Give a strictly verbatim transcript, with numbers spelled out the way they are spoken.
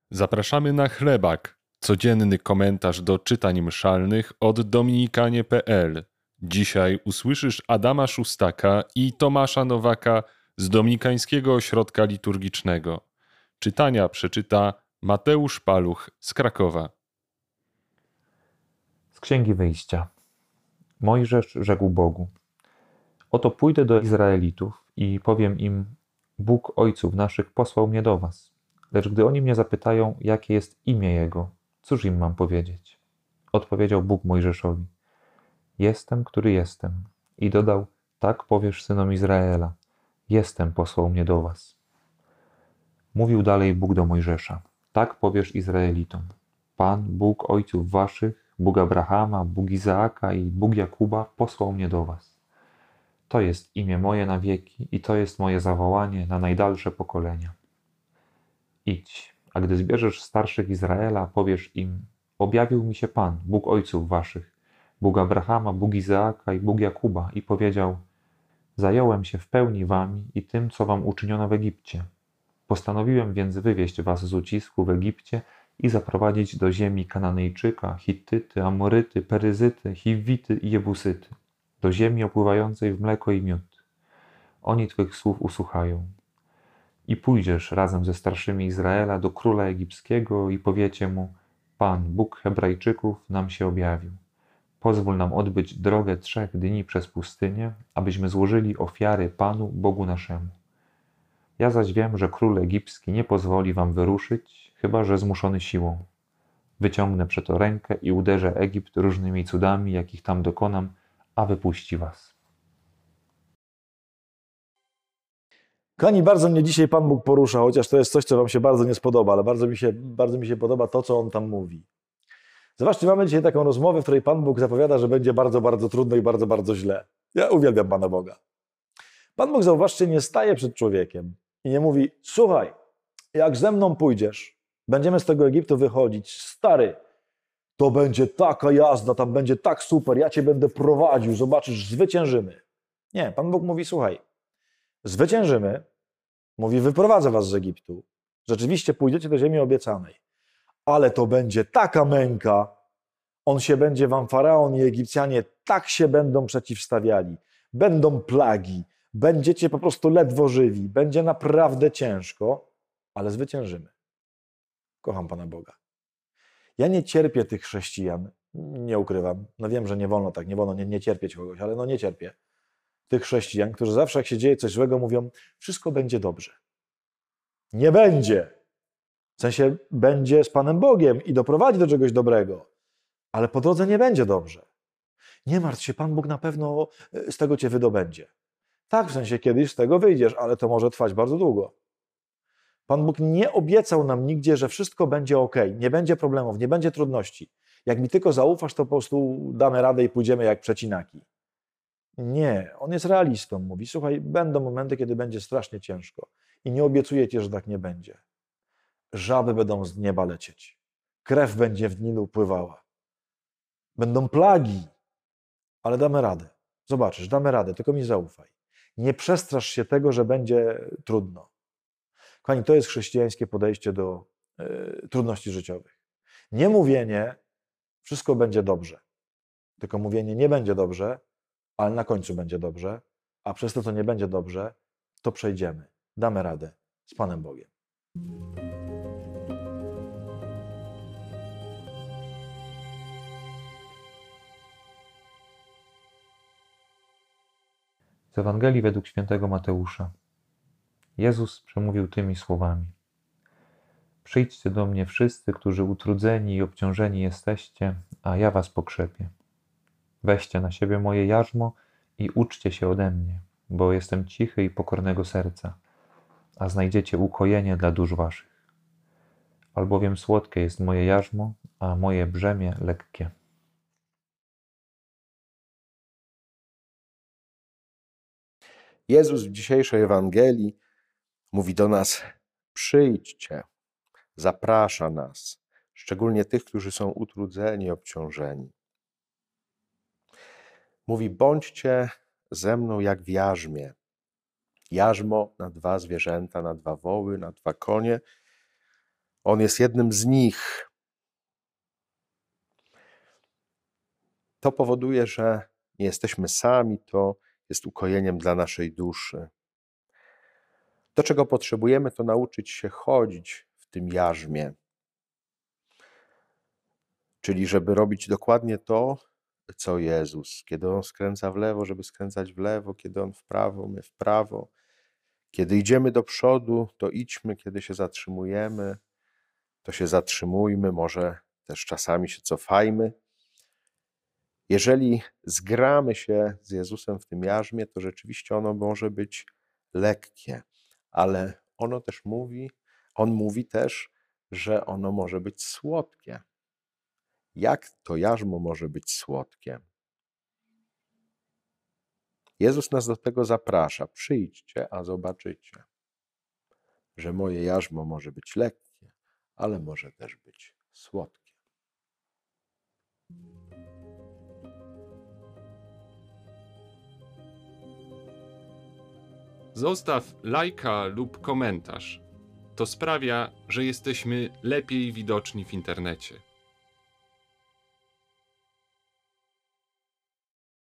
Zapraszamy na chlebak, codzienny komentarz do czytań mszalnych od dominikanie kropka pe el. Dzisiaj usłyszysz Adama Szustaka i Tomasza Nowaka z Dominikańskiego Ośrodka Liturgicznego. Czytania przeczyta Mateusz Paluch z Krakowa. Z Księgi Wyjścia. Mojżesz rzekł Bogu: Oto pójdę do Izraelitów i powiem im: Bóg ojców naszych posłał mnie do was. Lecz gdy oni mnie zapytają, jakie jest imię Jego, cóż im mam powiedzieć? Odpowiedział Bóg Mojżeszowi: Jestem, który jestem. I dodał: Tak powiesz synom Izraela: Jestem, posłał mnie do was. Mówił dalej Bóg do Mojżesza: Tak powiesz Izraelitom: Pan, Bóg ojców waszych, Bóg Abrahama, Bóg Izaaka i Bóg Jakuba posłał mnie do was. To jest imię moje na wieki i to jest moje zawołanie na najdalsze pokolenia. Idź, a gdy zbierzesz starszych Izraela, powiesz im: Objawił mi się Pan, Bóg ojców waszych, Bóg Abrahama, Bóg Izaaka i Bóg Jakuba, i powiedział: Zająłem się w pełni wami i tym, co wam uczyniono w Egipcie. Postanowiłem więc wywieźć was z ucisku w Egipcie i zaprowadzić do ziemi Kananejczyka, Hittyty, Amoryty, Peryzyty, Hiwity i Jebusyty, do ziemi opływającej w mleko i miód. Oni twych słów usłuchają. I pójdziesz razem ze starszymi Izraela do króla egipskiego i powiecie mu: Pan, Bóg Hebrajczyków, nam się objawił. Pozwól nam odbyć drogę trzech dni przez pustynię, abyśmy złożyli ofiary Panu, Bogu naszemu. Ja zaś wiem, że król egipski nie pozwoli wam wyruszyć, chyba że zmuszony siłą. Wyciągnę przeto rękę i uderzę Egipt różnymi cudami, jakich tam dokonam, a wypuści was. Kochani, bardzo mnie dzisiaj Pan Bóg porusza, chociaż to jest coś, co wam się bardzo nie spodoba, ale bardzo mi się, bardzo mi się podoba to, co On tam mówi. Zobaczcie, mamy dzisiaj taką rozmowę, w której Pan Bóg zapowiada, że będzie bardzo, bardzo trudno i bardzo, bardzo źle. Ja uwielbiam Pana Boga. Pan Bóg, zauważcie, nie staje przed człowiekiem i nie mówi: słuchaj, jak ze mną pójdziesz, będziemy z tego Egiptu wychodzić, stary, to będzie taka jazda, tam będzie tak super, ja cię będę prowadził, zobaczysz, zwyciężymy. Nie, Pan Bóg mówi: słuchaj, zwyciężymy, mówi, wyprowadzę was z Egiptu, rzeczywiście pójdziecie do ziemi obiecanej, ale to będzie taka męka, on się będzie wam, Faraon i Egipcjanie tak się będą przeciwstawiali, będą plagi, będziecie po prostu ledwo żywi, będzie naprawdę ciężko, ale zwyciężymy. Kocham Pana Boga. Ja nie cierpię tych chrześcijan, nie ukrywam, no wiem, że nie wolno tak, nie wolno nie, nie cierpieć kogoś, ale no nie cierpię tych chrześcijan, którzy zawsze jak się dzieje coś złego, mówią: wszystko będzie dobrze. Nie będzie. W sensie będzie z Panem Bogiem i doprowadzi do czegoś dobrego, ale po drodze nie będzie dobrze. Nie martw się, Pan Bóg na pewno z tego cię wydobędzie. Tak, w sensie kiedyś z tego wyjdziesz, ale to może trwać bardzo długo. Pan Bóg nie obiecał nam nigdzie, że wszystko będzie ok, nie będzie problemów, nie będzie trudności. Jak mi tylko zaufasz, to po prostu damy radę i pójdziemy jak przecinaki. Nie, On jest realistą. Mówi: słuchaj, będą momenty, kiedy będzie strasznie ciężko i nie obiecuję ci, że tak nie będzie. Żaby będą z nieba lecieć. Krew będzie w Nilu pływała. Będą plagi, ale damy radę. Zobaczysz, damy radę, tylko mi zaufaj. Nie przestrasz się tego, że będzie trudno. Kochani, to jest chrześcijańskie podejście do y, trudności życiowych. Nie mówienie: wszystko będzie dobrze, tylko mówienie: nie będzie dobrze, ale na końcu będzie dobrze, a przez to, co nie będzie dobrze, to przejdziemy. Damy radę z Panem Bogiem. Z Ewangelii według świętego Mateusza. Jezus przemówił tymi słowami: Przyjdźcie do mnie wszyscy, którzy utrudzeni i obciążeni jesteście, a ja was pokrzepię. Weźcie na siebie moje jarzmo i uczcie się ode mnie, bo jestem cichy i pokornego serca, a znajdziecie ukojenie dla dusz waszych. Albowiem słodkie jest moje jarzmo, a moje brzemię lekkie. Jezus w dzisiejszej Ewangelii mówi do nas: przyjdźcie, zaprasza nas, szczególnie tych, którzy są utrudzeni, obciążeni. Mówi: bądźcie ze mną jak w jarzmie. Jarzmo na dwa zwierzęta, na dwa woły, na dwa konie. On jest jednym z nich. To powoduje, że nie jesteśmy sami, to jest ukojeniem dla naszej duszy. To, czego potrzebujemy, to nauczyć się chodzić w tym jarzmie. Czyli żeby robić dokładnie to, co Jezus. Kiedy On skręca w lewo, żeby skręcać w lewo, kiedy On w prawo, my w prawo. Kiedy idziemy do przodu, to idźmy, kiedy się zatrzymujemy, to się zatrzymujmy, może też czasami się cofajmy. Jeżeli zgramy się z Jezusem w tym jarzmie, to rzeczywiście ono może być lekkie, ale ono też mówi, On mówi też, że ono może być słodkie. Jak to jarzmo może być słodkie? Jezus nas do tego zaprasza. Przyjdźcie, a zobaczycie, że moje jarzmo może być lekkie, ale może też być słodkie. Zostaw lajka lub komentarz. To sprawia, że jesteśmy lepiej widoczni w internecie.